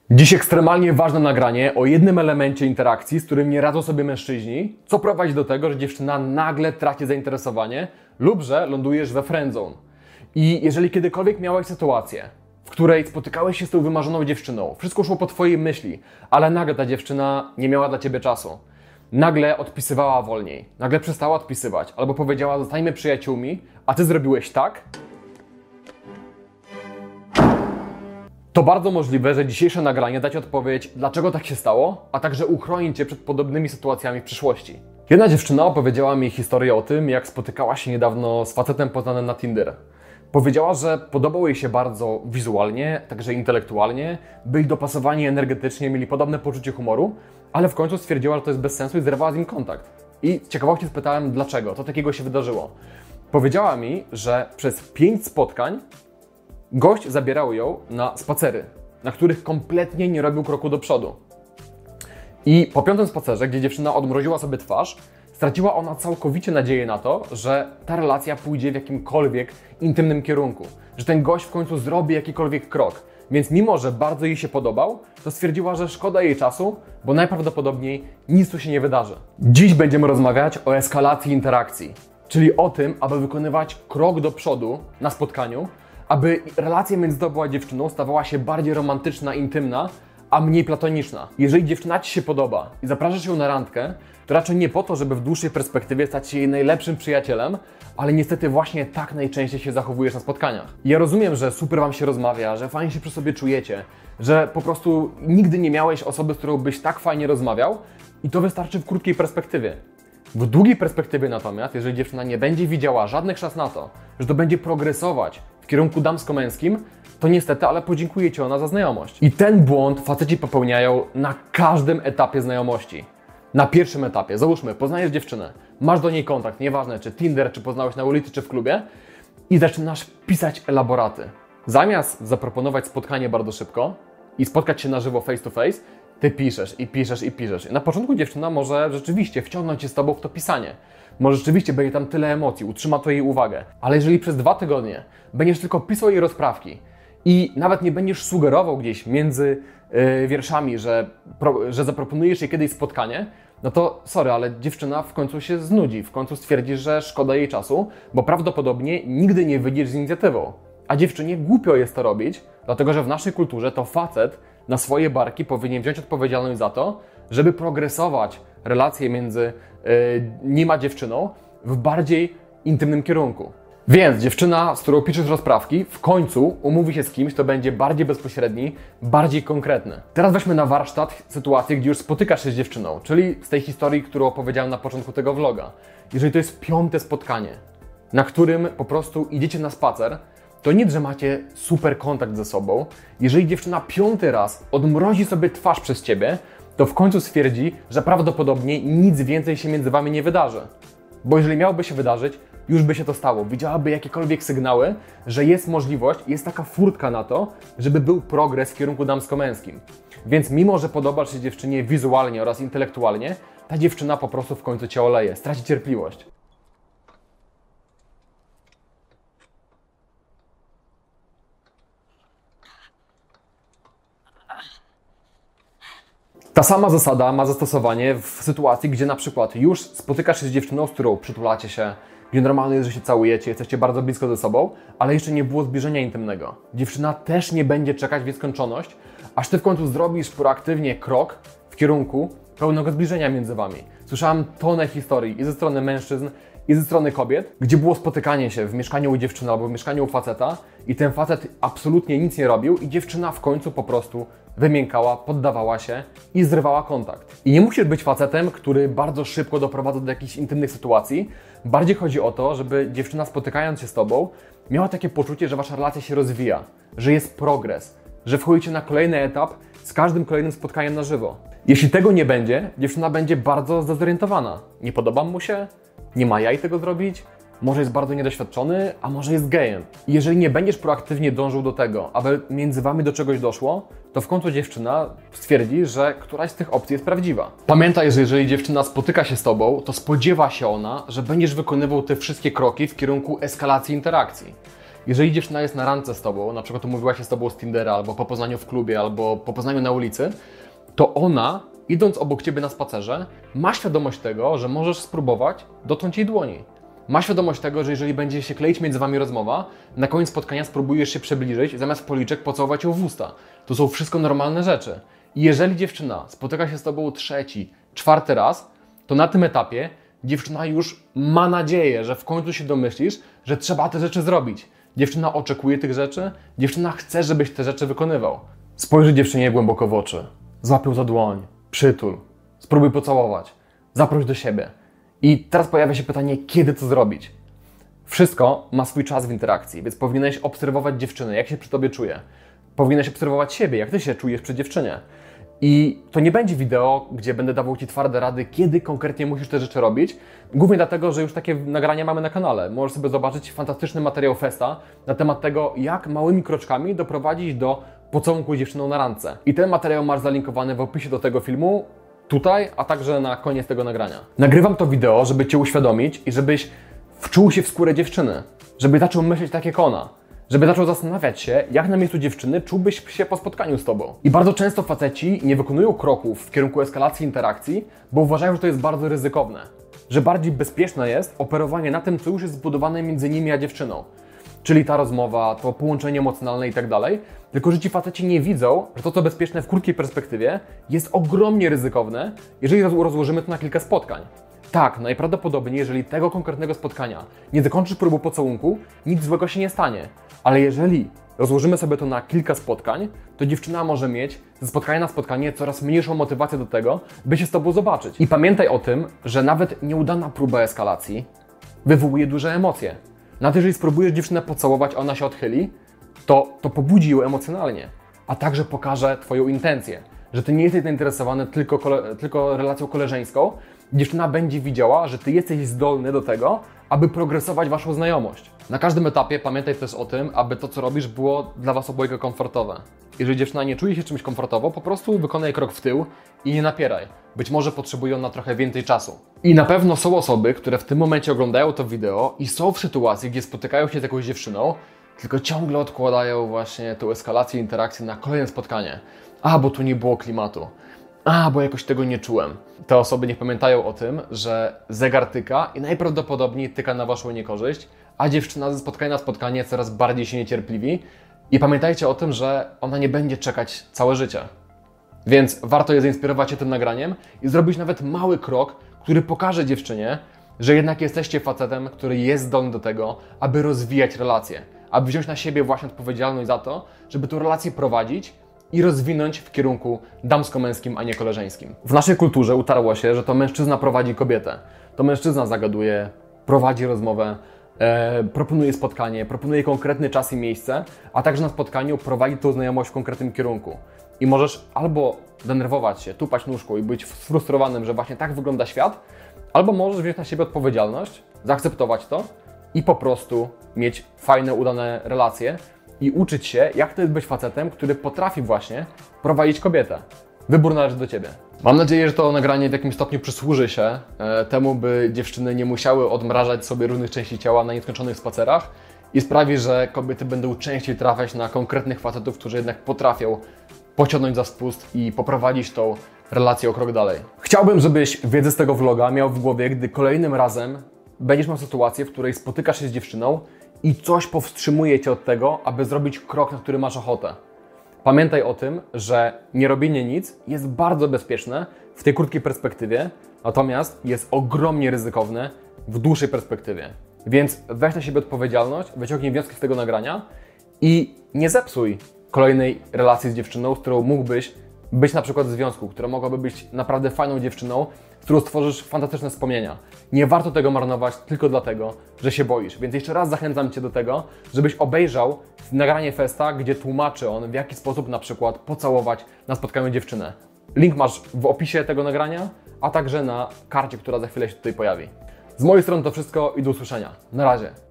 Dziś ekstremalnie ważne nagranie o jednym elemencie interakcji, z którym nie radzą sobie mężczyźni, co prowadzi do tego, że dziewczyna nagle traci zainteresowanie lub że lądujesz we friendzone. I jeżeli kiedykolwiek miałeś sytuację, w której spotykałeś się z tą wymarzoną dziewczyną, wszystko szło po twojej myśli, ale nagle ta dziewczyna nie miała dla ciebie czasu, nagle odpisywała wolniej, nagle przestała odpisywać, albo powiedziała: zostańmy przyjaciółmi, a ty zrobiłeś tak, to bardzo możliwe, że dzisiejsze nagranie da ci odpowiedź, dlaczego tak się stało, a także uchroni cię przed podobnymi sytuacjami w przyszłości. Jedna dziewczyna opowiedziała mi historię o tym, jak spotykała się niedawno z facetem poznanym na Tinder. Powiedziała, że podobał jej się bardzo wizualnie, także intelektualnie, byli dopasowani energetycznie, mieli podobne poczucie humoru, ale w końcu stwierdziła, że to jest bez sensu i zerwała z nim kontakt. I z ciekawości spytałem, dlaczego, co takiego się wydarzyło. Powiedziała mi, że przez 5 spotkań gość zabierał ją na spacery, na których kompletnie nie robił kroku do przodu. I po 5. spacerze, gdzie dziewczyna odmroziła sobie twarz, straciła ona całkowicie nadzieję na to, że ta relacja pójdzie w jakimkolwiek intymnym kierunku, że ten gość w końcu zrobi jakikolwiek krok. Więc mimo, że bardzo jej się podobał, to stwierdziła, że szkoda jej czasu, bo najprawdopodobniej nic tu się nie wydarzy. Dziś będziemy rozmawiać o eskalacji interakcji, czyli o tym, aby wykonywać krok do przodu na spotkaniu, aby relacja między tobą a dziewczyną stawała się bardziej romantyczna, intymna, a mniej platoniczna. Jeżeli dziewczyna ci się podoba i zapraszasz ją na randkę, to raczej nie po to, żeby w dłuższej perspektywie stać się jej najlepszym przyjacielem, ale niestety właśnie tak najczęściej się zachowujesz na spotkaniach. Ja rozumiem, że super wam się rozmawia, że fajnie się przy sobie czujecie, że po prostu nigdy nie miałeś osoby, z którą byś tak fajnie rozmawiał i to wystarczy w krótkiej perspektywie. W długiej perspektywie natomiast, jeżeli dziewczyna nie będzie widziała żadnych szans na to, że to będzie progresować w kierunku damsko-męskim, to niestety, ale podziękuję ci ona za znajomość. I ten błąd faceci popełniają na każdym etapie znajomości. Na pierwszym etapie, załóżmy, poznajesz dziewczynę, masz do niej kontakt, nieważne czy Tinder, czy poznałeś na ulicy, czy w klubie i zaczynasz pisać elaboraty. Zamiast zaproponować spotkanie bardzo szybko i spotkać się na żywo face to face, ty piszesz i piszesz i piszesz. I na początku dziewczyna może rzeczywiście wciągnąć się z tobą w to pisanie. Może rzeczywiście będzie tam tyle emocji, utrzyma to jej uwagę. Ale jeżeli przez 2 tygodnie będziesz tylko pisał jej rozprawki i nawet nie będziesz sugerował gdzieś między wierszami, że zaproponujesz jej kiedyś spotkanie, no to sorry, ale dziewczyna w końcu się znudzi, w końcu stwierdzi, że szkoda jej czasu, bo prawdopodobnie nigdy nie wyjdziesz z inicjatywą. A dziewczynie głupio jest to robić, dlatego że w naszej kulturze to facet na swoje barki powinien wziąć odpowiedzialność za to, żeby progresować relacje między nim a dziewczyną w bardziej intymnym kierunku. Więc dziewczyna, z którą piszesz rozprawki, w końcu umówi się z kimś, kto będzie bardziej bezpośredni, bardziej konkretny. Teraz weźmy na warsztat sytuację, gdzie już spotykasz się z dziewczyną, czyli z tej historii, którą opowiedziałem na początku tego vloga. Jeżeli to jest 5. spotkanie, na którym po prostu idziecie na spacer, to nic, że macie super kontakt ze sobą. Jeżeli dziewczyna 5. raz odmrozi sobie twarz przez ciebie, to w końcu stwierdzi, że prawdopodobnie nic więcej się między wami nie wydarzy. Bo jeżeli miałoby się wydarzyć, już by się to stało. Widziałaby jakiekolwiek sygnały, że jest możliwość, jest taka furtka na to, żeby był progres w kierunku damsko-męskim. Więc mimo, że podobasz się dziewczynie wizualnie oraz intelektualnie, ta dziewczyna po prostu w końcu cię oleje, straci cierpliwość. Ta sama zasada ma zastosowanie w sytuacji, gdzie na przykład już spotykasz się z dziewczyną, z którą przytulacie się, gdzie normalnie jest, że się całujecie, jesteście bardzo blisko ze sobą, ale jeszcze nie było zbliżenia intymnego. Dziewczyna też nie będzie czekać w nieskończoność, aż ty w końcu zrobisz proaktywnie krok w kierunku pełnego zbliżenia między wami. Słyszałem tonę historii i ze strony mężczyzn, i ze strony kobiet, gdzie było spotykanie się w mieszkaniu u dziewczyny albo w mieszkaniu u faceta i ten facet absolutnie nic nie robił i dziewczyna w końcu po prostu wymiękała, poddawała się i zrywała kontakt. I nie musisz być facetem, który bardzo szybko doprowadza do jakichś intymnych sytuacji. Bardziej chodzi o to, żeby dziewczyna, spotykając się z tobą, miała takie poczucie, że wasza relacja się rozwija, że jest progres, że wchodzicie na kolejny etap z każdym kolejnym spotkaniem na żywo. Jeśli tego nie będzie, dziewczyna będzie bardzo zdezorientowana. Nie podoba mu się? Nie ma jaj tego zrobić? Może jest bardzo niedoświadczony, a może jest gejem. I jeżeli nie będziesz proaktywnie dążył do tego, aby między wami do czegoś doszło, to w końcu dziewczyna stwierdzi, że któraś z tych opcji jest prawdziwa. Pamiętaj, że jeżeli dziewczyna spotyka się z tobą, to spodziewa się ona, że będziesz wykonywał te wszystkie kroki w kierunku eskalacji interakcji. Jeżeli dziewczyna jest na randce z tobą, na przykład umówiła się z tobą z Tindera, albo po poznaniu w klubie, albo po poznaniu na ulicy, to ona, idąc obok ciebie na spacerze, ma świadomość tego, że możesz spróbować dotknąć jej dłoni. Ma świadomość tego, że jeżeli będzie się kleić między wami rozmowa, na koniec spotkania spróbujesz się przybliżyć, zamiast policzek pocałować ją w usta. To są wszystko normalne rzeczy. I jeżeli dziewczyna spotyka się z tobą trzeci, czwarty raz, to na tym etapie dziewczyna już ma nadzieję, że w końcu się domyślisz, że trzeba te rzeczy zrobić. Dziewczyna oczekuje tych rzeczy, dziewczyna chce, żebyś te rzeczy wykonywał. Spojrzyj dziewczynie głęboko w oczy, złap ją za dłoń, przytul, spróbuj pocałować, zaproś do siebie. I teraz pojawia się pytanie, kiedy to zrobić? Wszystko ma swój czas w interakcji, więc powinieneś obserwować dziewczynę, jak się przy tobie czuje. Powinieneś obserwować siebie, jak ty się czujesz przy dziewczynie. I to nie będzie wideo, gdzie będę dawał ci twarde rady, kiedy konkretnie musisz te rzeczy robić. Głównie dlatego, że już takie nagrania mamy na kanale. Możesz sobie zobaczyć fantastyczny materiał Festa na temat tego, jak małymi kroczkami doprowadzić do pocałunku z dziewczyną na randce. I ten materiał masz zalinkowany w opisie do tego filmu, tutaj, a także na koniec tego nagrania. Nagrywam to wideo, żeby cię uświadomić i żebyś wczuł się w skórę dziewczyny. Żeby zaczął myśleć tak jak ona. Żeby zaczął zastanawiać się, jak na miejscu dziewczyny czułbyś się po spotkaniu z tobą. I bardzo często faceci nie wykonują kroków w kierunku eskalacji interakcji, bo uważają, że to jest bardzo ryzykowne. Że bardziej bezpieczne jest operowanie na tym, co już jest zbudowane między nimi a dziewczyną. Czyli ta rozmowa, to połączenie emocjonalne i tak dalej. Tylko, że ci faceci nie widzą, że to, co bezpieczne w krótkiej perspektywie, jest ogromnie ryzykowne, jeżeli rozłożymy to na kilka spotkań. Tak, najprawdopodobniej, jeżeli tego konkretnego spotkania nie zakończysz próbą pocałunku, nic złego się nie stanie. Ale jeżeli rozłożymy sobie to na kilka spotkań, to dziewczyna może mieć ze spotkania na spotkanie coraz mniejszą motywację do tego, by się z tobą zobaczyć. I pamiętaj o tym, że nawet nieudana próba eskalacji wywołuje duże emocje. Nawet jeżeli spróbujesz dziewczynę pocałować, a ona się odchyli, to pobudzi ją emocjonalnie, a także pokaże twoją intencję, że ty nie jesteś zainteresowany tylko relacją koleżeńską. Dziewczyna będzie widziała, że ty jesteś zdolny do tego, aby progresować waszą znajomość. Na każdym etapie pamiętaj też o tym, aby to, co robisz, było dla was obojga komfortowe. Jeżeli dziewczyna nie czuje się czymś komfortowo, po prostu wykonaj krok w tył i nie napieraj. Być może potrzebuje ona trochę więcej czasu. I na pewno są osoby, które w tym momencie oglądają to wideo i są w sytuacji, gdzie spotykają się z jakąś dziewczyną, tylko ciągle odkładają właśnie tą eskalację interakcji na kolejne spotkanie. Bo tu nie było klimatu. Bo jakoś tego nie czułem. Te osoby niech pamiętają o tym, że zegar tyka i najprawdopodobniej tyka na waszą niekorzyść, a dziewczyna ze spotkania na spotkanie coraz bardziej się niecierpliwi. I pamiętajcie o tym, że ona nie będzie czekać całe życie. Więc warto je zainspirować się tym nagraniem i zrobić nawet mały krok, który pokaże dziewczynie, że jednak jesteście facetem, który jest zdolny do tego, aby rozwijać relacje, aby wziąć na siebie właśnie odpowiedzialność za to, żeby tę relację prowadzić i rozwinąć w kierunku damsko-męskim, a nie koleżeńskim. W naszej kulturze utarło się, że to mężczyzna prowadzi kobietę. To mężczyzna zagaduje, prowadzi rozmowę, proponuje spotkanie, proponuje konkretny czas i miejsce, a także na spotkaniu prowadzi tą znajomość w konkretnym kierunku. I możesz albo denerwować się, tupać nóżką i być sfrustrowanym, że właśnie tak wygląda świat, albo możesz wziąć na siebie odpowiedzialność, zaakceptować to i po prostu mieć fajne, udane relacje i uczyć się, jak to jest być facetem, który potrafi właśnie prowadzić kobietę. Wybór należy do ciebie. Mam nadzieję, że to nagranie w jakimś stopniu przysłuży się temu, by dziewczyny nie musiały odmrażać sobie różnych części ciała na nieskończonych spacerach i sprawi, że kobiety będą częściej trafiać na konkretnych facetów, którzy jednak potrafią pociągnąć za spust i poprowadzić tą relację o krok dalej. Chciałbym, żebyś wiedzę z tego vloga miał w głowie, gdy kolejnym razem będziesz miał sytuację, w której spotykasz się z dziewczyną i coś powstrzymuje cię od tego, aby zrobić krok, na który masz ochotę. Pamiętaj o tym, że nie robienie nic jest bardzo bezpieczne w tej krótkiej perspektywie, natomiast jest ogromnie ryzykowne w dłuższej perspektywie. Więc weź na siebie odpowiedzialność, wyciągnij wnioski z tego nagrania i nie zepsuj kolejnej relacji z dziewczyną, z którą mógłbyś być na przykład w związku, która mogłaby być naprawdę fajną dziewczyną, z którą stworzysz fantastyczne wspomnienia. Nie warto tego marnować tylko dlatego, że się boisz. Więc jeszcze raz zachęcam cię do tego, żebyś obejrzał nagranie Festa, gdzie tłumaczy on, w jaki sposób na przykład pocałować na spotkaniu dziewczynę. Link masz w opisie tego nagrania, a także na karcie, która za chwilę się tutaj pojawi. Z mojej strony to wszystko i do usłyszenia. Na razie.